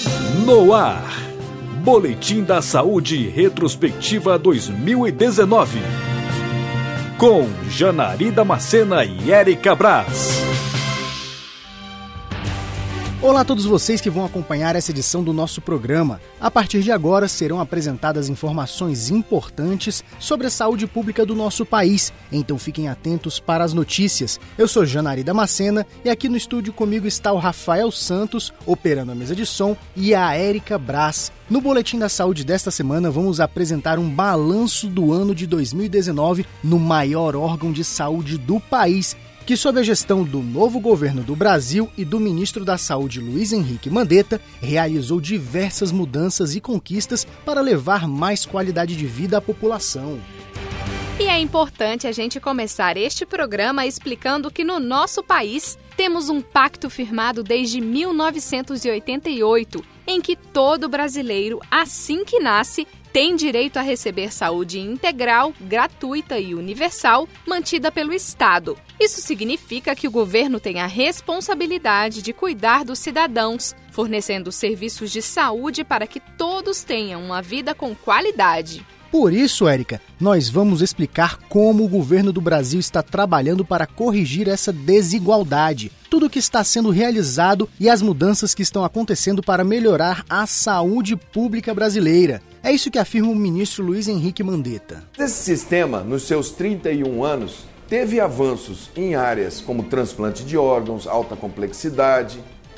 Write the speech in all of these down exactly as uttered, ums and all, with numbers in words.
No ar, Boletim da Saúde Retrospectiva dois mil e dezenove, com Janari Damascena e Érica Braz. Olá a todos vocês que vão acompanhar essa edição do nosso programa. A partir de agora serão apresentadas informações importantes sobre a saúde pública do nosso país, então fiquem atentos para as notícias. Eu sou Janari Damascena e aqui no estúdio comigo está o Rafael Santos, operando a mesa de som, e a Érica Braz. No Boletim da Saúde desta semana vamos apresentar um balanço do ano de dois mil e dezenove no maior órgão de saúde do país, que sob a gestão do novo governo do Brasil e do ministro da Saúde Luiz Henrique Mandetta, realizou diversas mudanças e conquistas para levar mais qualidade de vida à população. E é importante a gente começar este programa explicando que no nosso país temos um pacto firmado desde mil novecentos e oitenta e oito, em que todo brasileiro, assim que nasce, tem direito a receber saúde integral, gratuita e universal, mantida pelo Estado. Isso significa que o governo tem a responsabilidade de cuidar dos cidadãos, fornecendo serviços de saúde para que todos tenham uma vida com qualidade. Por isso, Érica, nós vamos explicar como o governo do Brasil está trabalhando para corrigir essa desigualdade, tudo o que está sendo realizado e as mudanças que estão acontecendo para melhorar a saúde pública brasileira. É isso que afirma o ministro Luiz Henrique Mandetta. Esse sistema, nos seus trinta e um anos, teve avanços em áreas como transplante de órgãos, alta complexidade,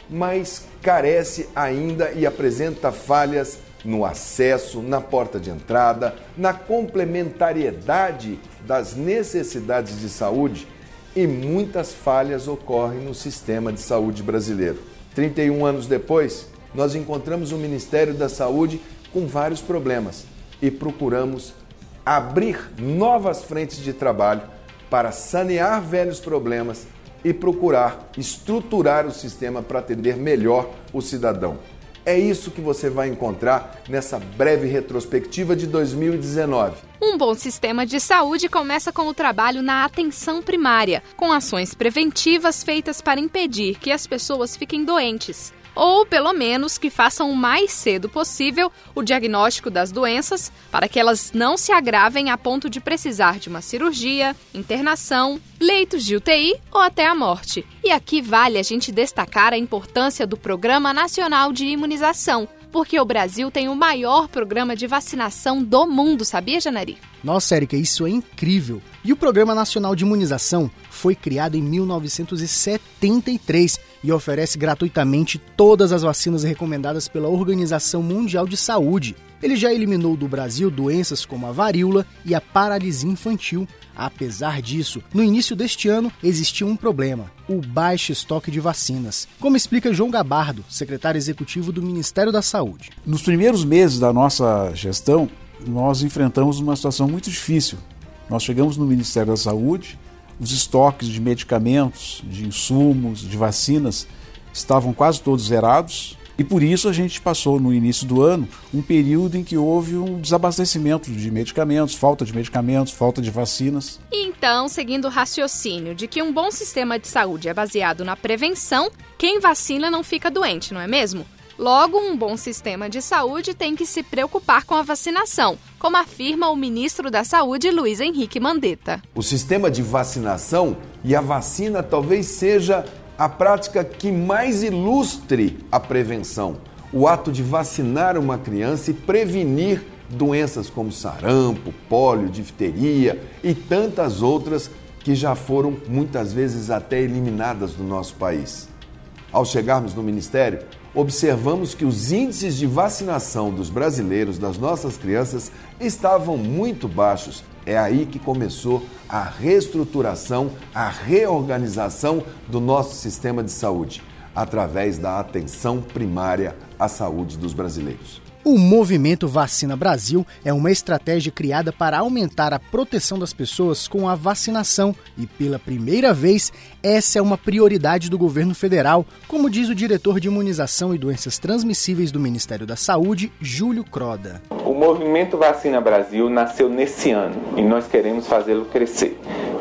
mas carece ainda e apresenta falhas no acesso, na porta de entrada, na complementariedade das necessidades de saúde, e muitas falhas ocorrem no sistema de saúde brasileiro. trinta e um anos depois, nós encontramos o Ministério da Saúde com vários problemas e procuramos abrir novas frentes de trabalho para sanear velhos problemas e procurar estruturar o sistema para atender melhor o cidadão. É isso que você vai encontrar nessa breve retrospectiva de dois mil e dezenove. Um bom sistema de saúde começa com o trabalho na atenção primária, com ações preventivas feitas para impedir que as pessoas fiquem doentes, ou pelo menos que façam o mais cedo possível o diagnóstico das doenças para que elas não se agravem a ponto de precisar de uma cirurgia, internação, leitos de U T I ou até a morte. E aqui vale a gente destacar a importância do Programa Nacional de Imunização, porque o Brasil tem o maior programa de vacinação do mundo, sabia, Janari? Nossa, Érica, isso é incrível! E o Programa Nacional de Imunização foi criado em mil novecentos e setenta e três e oferece gratuitamente todas as vacinas recomendadas pela Organização Mundial de Saúde. Ele já eliminou do Brasil doenças como a varíola e a paralisia infantil. Apesar disso, no início deste ano existia um problema: o baixo estoque de vacinas, como explica João Gabardo, secretário executivo do Ministério da Saúde. Nos primeiros meses da nossa gestão, nós enfrentamos uma situação muito difícil. Nós chegamos no Ministério da Saúde, os estoques de medicamentos, de insumos, de vacinas estavam quase todos zerados, e por isso a gente passou no início do ano um período em que houve um desabastecimento de medicamentos, falta de medicamentos, falta de vacinas. Então, seguindo o raciocínio de que um bom sistema de saúde é baseado na prevenção, quem vacina não fica doente, não é mesmo? Logo, um bom sistema de saúde tem que se preocupar com a vacinação, como afirma o ministro da Saúde, Luiz Henrique Mandetta. O sistema de vacinação e a vacina talvez seja a prática que mais ilustre a prevenção. O ato de vacinar uma criança e prevenir doenças como sarampo, pólio, difteria e tantas outras que já foram muitas vezes até eliminadas do nosso país. Ao chegarmos no Ministério, observamos que os índices de vacinação dos brasileiros, das nossas crianças, estavam muito baixos. É aí que começou a reestruturação, a reorganização do nosso sistema de saúde, através da atenção primária à saúde dos brasileiros. O Movimento Vacina Brasil é uma estratégia criada para aumentar a proteção das pessoas com a vacinação e, pela primeira vez, essa é uma prioridade do governo federal, como diz o diretor de Imunização e Doenças Transmissíveis do Ministério da Saúde, Júlio Croda. O Movimento Vacina Brasil nasceu nesse ano e nós queremos fazê-lo crescer.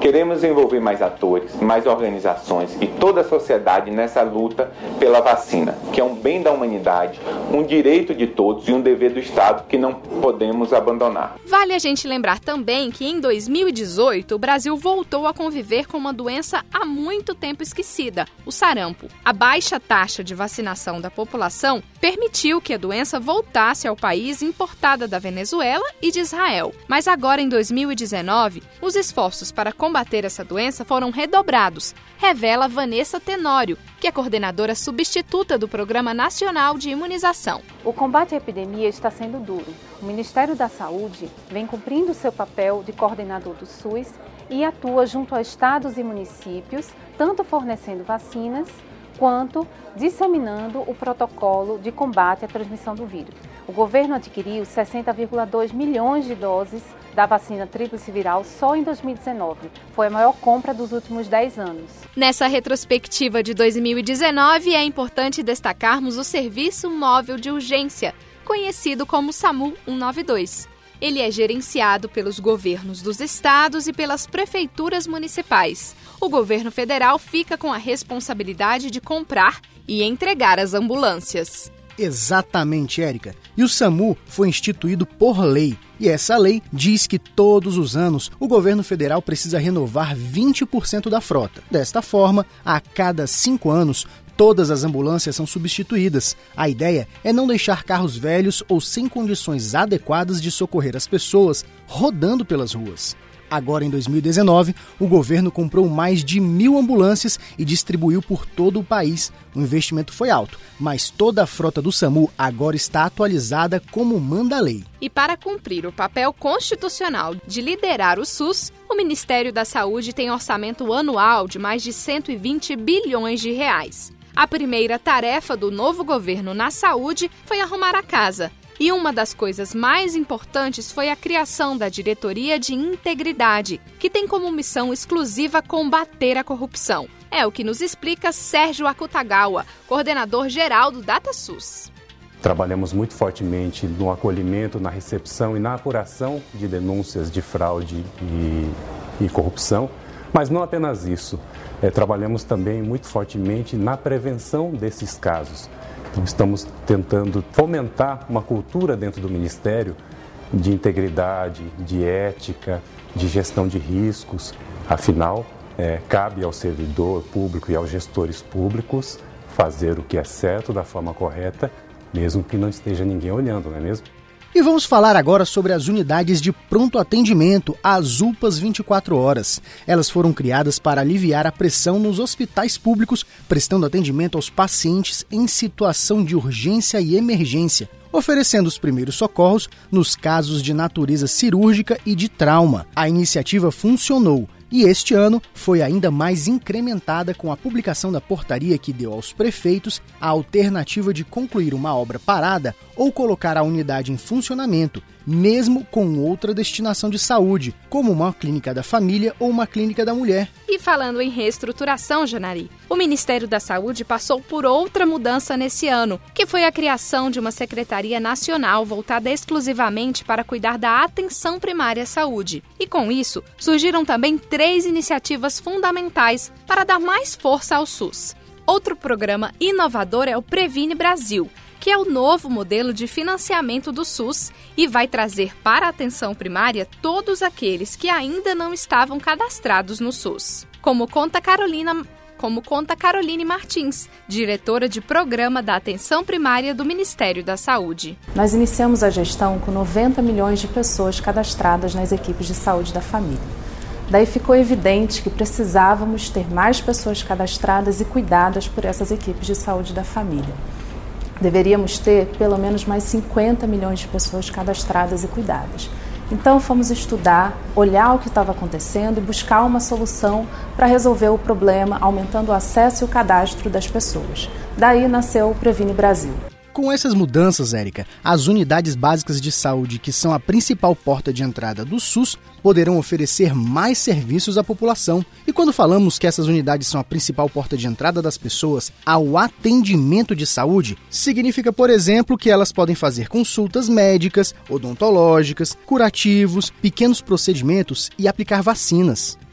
Queremos envolver mais atores, mais organizações e toda a sociedade nessa luta pela vacina, que é um bem da humanidade, um direito de todos e um dever do Estado que não podemos abandonar. Vale a gente lembrar também que em dois mil e dezoito o Brasil voltou a conviver com uma doença há muito tempo esquecida, o sarampo. A baixa taxa de vacinação da população permitiu que a doença voltasse ao país importada da Venezuela e de Israel. Mas agora, em dois mil e dezenove, os esforços para combater essa doença foram redobrados, revela Vanessa Tenório, que é coordenadora substituta do Programa Nacional de Imunização. O combate à epidemia está sendo duro. O Ministério da Saúde vem cumprindo seu papel de coordenador do SUS e atua junto a estados e municípios, tanto fornecendo vacinas quanto disseminando o protocolo de combate à transmissão do vírus. O governo adquiriu sessenta vírgula dois milhões de doses da vacina tríplice viral só em dois mil e dezenove. Foi a maior compra dos últimos dez anos. Nessa retrospectiva de dois mil e dezenove, é importante destacarmos o Serviço Móvel de Urgência, conhecido como SAMU cento e noventa e dois. Ele é gerenciado pelos governos dos estados e pelas prefeituras municipais. O governo federal fica com a responsabilidade de comprar e entregar as ambulâncias. Exatamente, Érica. E o SAMU foi instituído por lei. E essa lei diz que todos os anos o governo federal precisa renovar vinte por cento da frota. Desta forma, a cada cinco anos, todas as ambulâncias são substituídas. A ideia é não deixar carros velhos ou sem condições adequadas de socorrer as pessoas rodando pelas ruas. Agora, em dois mil e dezenove, o governo comprou mais de mil ambulâncias e distribuiu por todo o país. O investimento foi alto, mas toda a frota do SAMU agora está atualizada como manda a lei. E para cumprir o papel constitucional de liderar o SUS, o Ministério da Saúde tem orçamento anual de mais de cento e vinte bilhões de reais. A primeira tarefa do novo governo na saúde foi arrumar a casa. E uma das coisas mais importantes foi a criação da Diretoria de Integridade, que tem como missão exclusiva combater a corrupção. É o que nos explica Sérgio Akutagawa, coordenador geral do DataSUS. Trabalhamos muito fortemente no acolhimento, na recepção e na apuração de denúncias de fraude e, e corrupção, mas não apenas isso. É, trabalhamos também muito fortemente na prevenção desses casos. Então, estamos tentando fomentar uma cultura dentro do Ministério de integridade, de ética, de gestão de riscos. Afinal, é, cabe ao servidor público e aos gestores públicos fazer o que é certo da forma correta, mesmo que não esteja ninguém olhando, não é mesmo? E vamos falar agora sobre as unidades de pronto atendimento, as U P As vinte e quatro horas. Elas foram criadas para aliviar a pressão nos hospitais públicos, prestando atendimento aos pacientes em situação de urgência e emergência, oferecendo os primeiros socorros nos casos de natureza cirúrgica e de trauma. A iniciativa funcionou. E este ano foi ainda mais incrementada com a publicação da portaria que deu aos prefeitos a alternativa de concluir uma obra parada ou colocar a unidade em funcionamento, mesmo com outra destinação de saúde, como uma clínica da família ou uma clínica da mulher. E falando em reestruturação, Janari, o Ministério da Saúde passou por outra mudança nesse ano, que foi a criação de uma Secretaria Nacional voltada exclusivamente para cuidar da atenção primária à saúde. E com isso, surgiram também três iniciativas fundamentais para dar mais força ao SUS. Outro programa inovador é o Previne Brasil, que é o novo modelo de financiamento do SUS e vai trazer para a atenção primária todos aqueles que ainda não estavam cadastrados no SUS. Como conta Carolina, como conta Caroline Martins, diretora de Programa da Atenção Primária do Ministério da Saúde. Nós iniciamos a gestão com noventa milhões de pessoas cadastradas nas equipes de saúde da família. Daí ficou evidente que precisávamos ter mais pessoas cadastradas e cuidadas por essas equipes de saúde da família. Deveríamos ter pelo menos mais cinquenta milhões de pessoas cadastradas e cuidadas. Então fomos estudar, olhar o que estava acontecendo e buscar uma solução para resolver o problema, aumentando o acesso e o cadastro das pessoas. Daí nasceu o Previne Brasil. Com essas mudanças, Érica, as unidades básicas de saúde, que são a principal porta de entrada do SUS, poderão oferecer mais serviços à população. E quando falamos que essas unidades são a principal porta de entrada das pessoas ao atendimento de saúde, significa, por exemplo, que elas podem fazer consultas médicas, odontológicas, curativos, pequenos procedimentos e aplicar vacinas.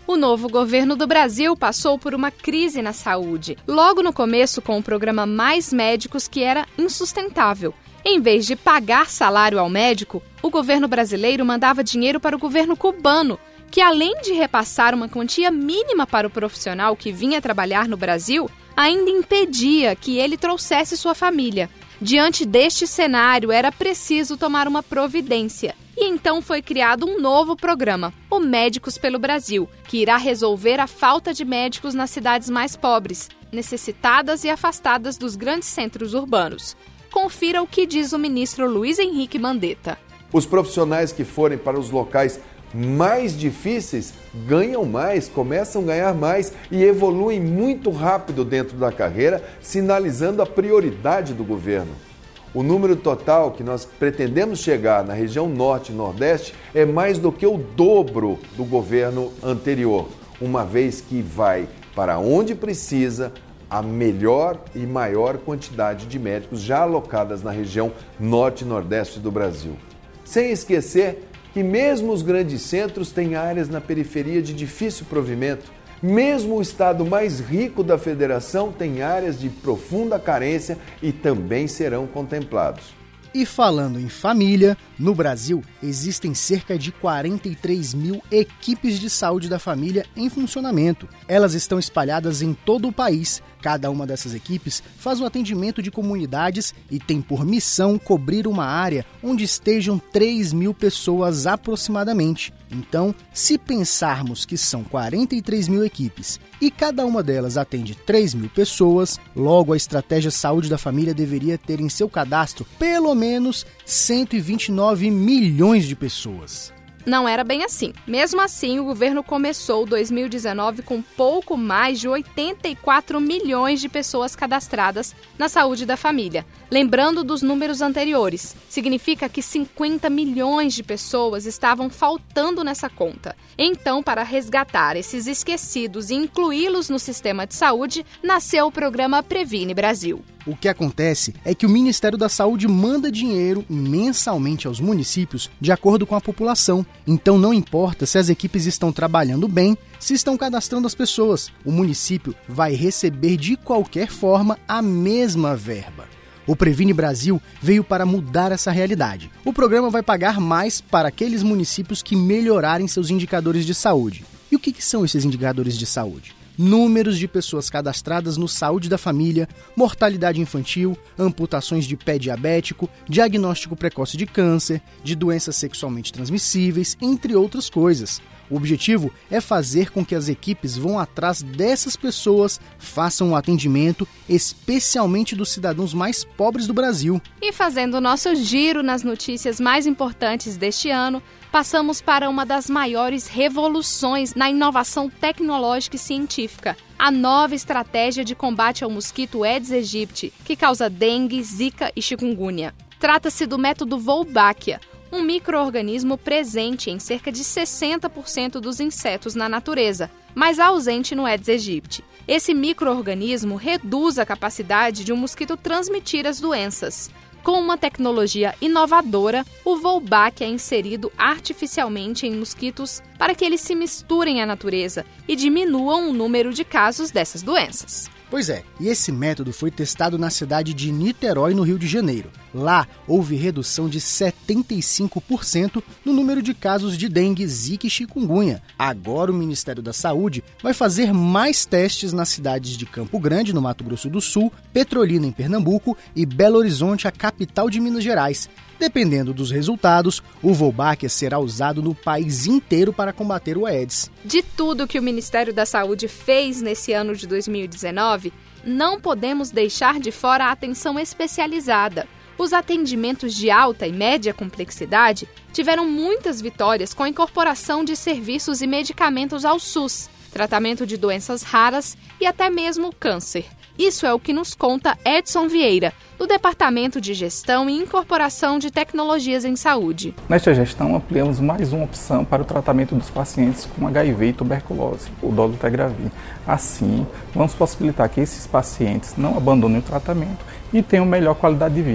O novo governo do Brasil passou por uma crise na saúde. Logo no começo, com o programa Mais Médicos, que era insustentável. Em vez de pagar salário ao médico, o governo brasileiro mandava dinheiro para o governo cubano, que além de repassar uma quantia mínima para o profissional que vinha trabalhar no Brasil, ainda impedia que ele trouxesse sua família. Diante deste cenário, era preciso tomar uma providência. E então foi criado um novo programa, o Médicos pelo Brasil, que irá resolver a falta de médicos nas cidades mais pobres, necessitadas e afastadas dos grandes centros urbanos. Confira o que diz o ministro Luiz Henrique Mandetta. Os profissionais que forem para os locais mais difíceis ganham mais, começam a ganhar mais e evoluem muito rápido dentro da carreira, sinalizando a prioridade do governo. O número total que nós pretendemos chegar na região norte e nordeste é mais do que o dobro do governo anterior, uma vez que vai para onde precisa a melhor e maior quantidade de médicos já alocadas na região norte e nordeste do Brasil. Sem esquecer que mesmo os grandes centros têm áreas na periferia de difícil provimento. Mesmo o estado mais rico da federação tem áreas de profunda carência e também serão contemplados. E falando em família, no Brasil existem cerca de quarenta e três mil equipes de saúde da família em funcionamento. Elas estão espalhadas em todo o país. Cada uma dessas equipes faz o atendimento de comunidades e tem por missão cobrir uma área onde estejam três mil pessoas aproximadamente. Então, se pensarmos que são quarenta e três mil equipes e cada uma delas atende três mil pessoas, logo a estratégia Saúde da Família deveria ter em seu cadastro pelo menos cento e vinte e nove milhões de pessoas. Não era bem assim. Mesmo assim, o governo começou dois mil e dezenove com pouco mais de oitenta e quatro milhões de pessoas cadastradas na saúde da família. Lembrando dos números anteriores, significa que cinquenta milhões de pessoas estavam faltando nessa conta. Então, para resgatar esses esquecidos e incluí-los no sistema de saúde, nasceu o programa Previne Brasil. O que acontece é que o Ministério da Saúde manda dinheiro mensalmente aos municípios de acordo com a população. Então não importa se as equipes estão trabalhando bem, se estão cadastrando as pessoas. O município vai receber de qualquer forma a mesma verba. O Previne Brasil veio para mudar essa realidade. O programa vai pagar mais para aqueles municípios que melhorarem seus indicadores de saúde. E o que, que são esses indicadores de saúde? Números de pessoas cadastradas no Saúde da Família, mortalidade infantil, amputações de pé diabético, diagnóstico precoce de câncer, de doenças sexualmente transmissíveis, entre outras coisas. O objetivo é fazer com que as equipes vão atrás dessas pessoas, façam um atendimento, especialmente dos cidadãos mais pobres do Brasil. E fazendo o nosso giro nas notícias mais importantes deste ano, passamos para uma das maiores revoluções na inovação tecnológica e científica, a nova estratégia de combate ao mosquito Aedes aegypti, que causa dengue, zika e chikungunya. Trata-se do método Wolbachia, um micro-organismo presente em cerca de sessenta por cento dos insetos na natureza, mas ausente no Aedes aegypti. Esse micro-organismo reduz a capacidade de um mosquito transmitir as doenças. Com uma tecnologia inovadora, o Wolbachia é inserido artificialmente em mosquitos para que eles se misturem à natureza e diminuam o número de casos dessas doenças. Pois é, e esse método foi testado na cidade de Niterói, no Rio de Janeiro. Lá, houve redução de setenta e cinco por cento no número de casos de dengue, zika e chikungunya. Agora o Ministério da Saúde vai fazer mais testes nas cidades de Campo Grande, no Mato Grosso do Sul, Petrolina, em Pernambuco, e Belo Horizonte, a capital de Minas Gerais. Dependendo dos resultados, o Wolbachia será usado no país inteiro para combater o Aedes. De tudo que o Ministério da Saúde fez nesse ano de dois mil e dezenove, não podemos deixar de fora a atenção especializada. Os atendimentos de alta e média complexidade tiveram muitas vitórias com a incorporação de serviços e medicamentos ao SUS, tratamento de doenças raras e até mesmo câncer. Isso é o que nos conta Edson Vieira, do Departamento de Gestão e Incorporação de Tecnologias em Saúde. Nesta gestão, ampliamos mais uma opção para o tratamento dos pacientes com H I V e tuberculose, o dolutegravir. Assim, vamos possibilitar que esses pacientes não abandonem o tratamento e tenham melhor qualidade de vida.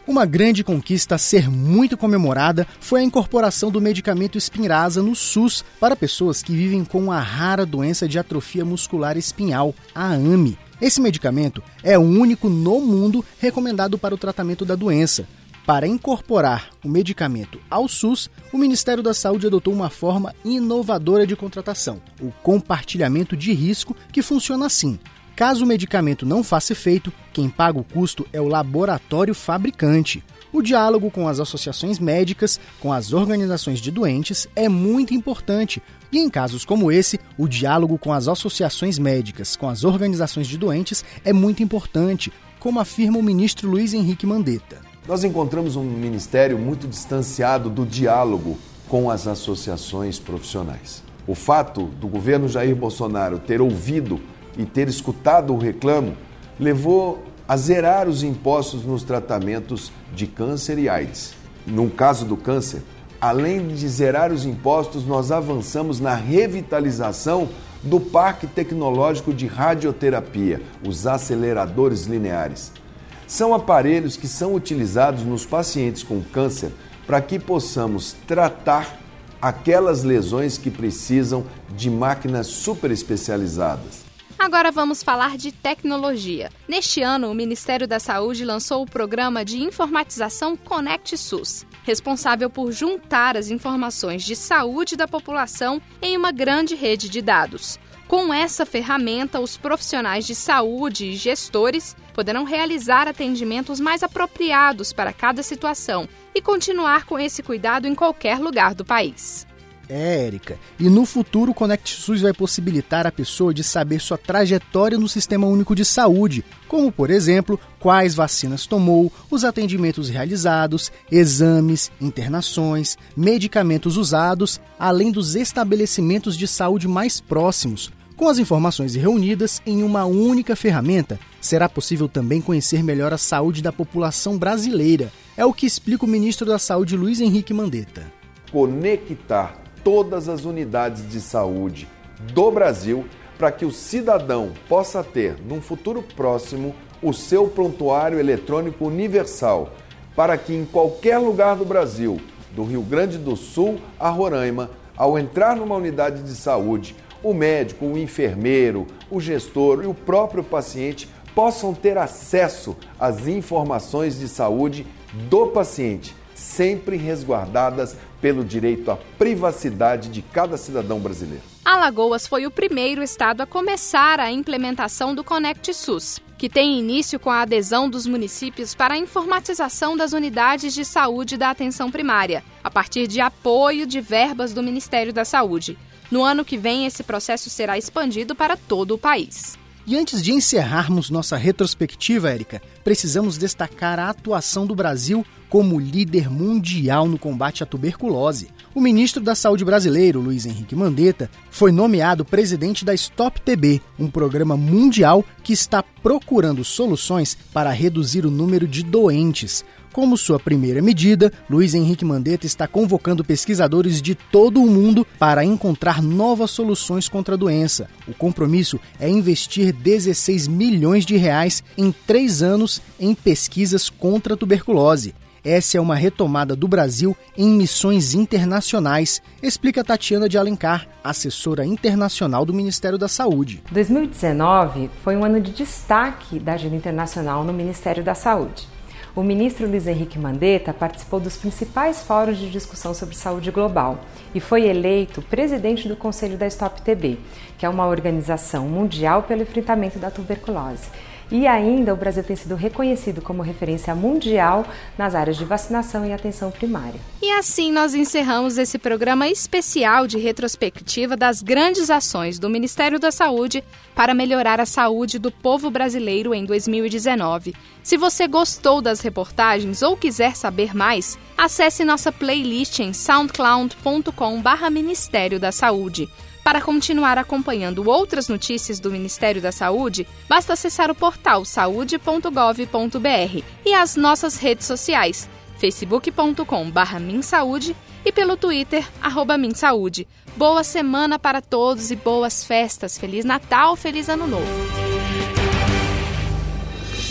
Uma grande conquista a ser muito comemorada foi a incorporação do medicamento Spinraza no SUS para pessoas que vivem com a rara doença de atrofia muscular espinhal, a A M E. Esse medicamento é o único no mundo recomendado para o tratamento da doença. Para incorporar o medicamento ao SUS, o Ministério da Saúde adotou uma forma inovadora de contratação, o compartilhamento de risco, que funciona assim. Caso o medicamento não faça efeito, quem paga o custo é o laboratório fabricante. O diálogo com as associações médicas, com as organizações de doentes, é muito importante. E em casos como esse, o diálogo com as associações médicas, com as organizações de doentes, é muito importante, como afirma o ministro Luiz Henrique Mandetta. Nós encontramos um ministério muito distanciado do diálogo com as associações profissionais. O fato do governo Jair Bolsonaro ter ouvido e ter escutado o reclamo levou a zerar os impostos nos tratamentos de câncer e AIDS. No caso do câncer, além de zerar os impostos, nós avançamos na revitalização do Parque Tecnológico de Radioterapia, os aceleradores lineares. São aparelhos que são utilizados nos pacientes com câncer para que possamos tratar aquelas lesões que precisam de máquinas super especializadas. Agora vamos falar de tecnologia. Neste ano, o Ministério da Saúde lançou o programa de informatização Conect SUS, responsável por juntar as informações de saúde da população em uma grande rede de dados. Com essa ferramenta, os profissionais de saúde e gestores poderão realizar atendimentos mais apropriados para cada situação e continuar com esse cuidado em qualquer lugar do país. É, Érica, e no futuro o Conect SUS vai possibilitar a pessoa de saber sua trajetória no Sistema Único de Saúde, como, por exemplo, quais vacinas tomou, os atendimentos realizados, exames, internações, medicamentos usados, além dos estabelecimentos de saúde mais próximos. Com as informações reunidas em uma única ferramenta, será possível também conhecer melhor a saúde da população brasileira. É o que explica o ministro da Saúde, Luiz Henrique Mandetta. Conectar todas as unidades de saúde do Brasil para que o cidadão possa ter, num futuro próximo, o seu prontuário eletrônico universal, para que em qualquer lugar do Brasil, do Rio Grande do Sul a Roraima, ao entrar numa unidade de saúde, o médico, o enfermeiro, o gestor e o próprio paciente possam ter acesso às informações de saúde do paciente, sempre resguardadas pelo direito à privacidade de cada cidadão brasileiro. Alagoas foi o primeiro estado a começar a implementação do Conect SUS, que tem início com a adesão dos municípios para a informatização das unidades de saúde da atenção primária, a partir de apoio de verbas do Ministério da Saúde. No ano que vem, esse processo será expandido para todo o país. E antes de encerrarmos nossa retrospectiva, Érica, precisamos destacar a atuação do Brasil como líder mundial no combate à tuberculose. O ministro da Saúde brasileiro, Luiz Henrique Mandetta, foi nomeado presidente da Stop T B, um programa mundial que está procurando soluções para reduzir o número de doentes. Como sua primeira medida, Luiz Henrique Mandetta está convocando pesquisadores de todo o mundo para encontrar novas soluções contra a doença. O compromisso é investir dezesseis milhões de reais em três anos em pesquisas contra a tuberculose. Essa é uma retomada do Brasil em missões internacionais, explica Tatiana de Alencar, assessora internacional do Ministério da Saúde. dois mil e dezenove foi um ano de destaque da agenda internacional no Ministério da Saúde. O ministro Luiz Henrique Mandetta participou dos principais fóruns de discussão sobre saúde global e foi eleito presidente do Conselho da Stop T B, que é uma organização mundial pelo enfrentamento da tuberculose. E ainda o Brasil tem sido reconhecido como referência mundial nas áreas de vacinação e atenção primária. E assim nós encerramos esse programa especial de retrospectiva das grandes ações do Ministério da Saúde para melhorar a saúde do povo brasileiro em dois mil e dezenove. Se você gostou das reportagens ou quiser saber mais, acesse nossa playlist em soundcloud ponto com barra Ministério da Saúde. Para continuar acompanhando outras notícias do Ministério da Saúde, basta acessar o portal saúde ponto gov ponto br e as nossas redes sociais, facebook ponto com barra Minsaude e pelo Twitter, arroba Minsaude. Boa semana para todos e boas festas. Feliz Natal, Feliz Ano Novo.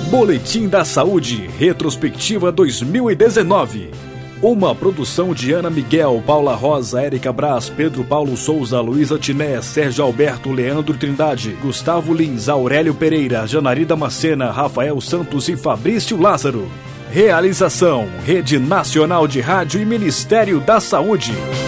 Boletim da Saúde, retrospectiva dois mil e dezenove. Uma produção de Ana Miguel, Paula Rosa, Érica Braz, Pedro Paulo Souza, Luísa Tiné, Sérgio Alberto, Leandro Trindade, Gustavo Lins, Aurélio Pereira, Janari Damascena, Rafael Santos e Fabrício Lázaro. Realização: Rede Nacional de Rádio e Ministério da Saúde.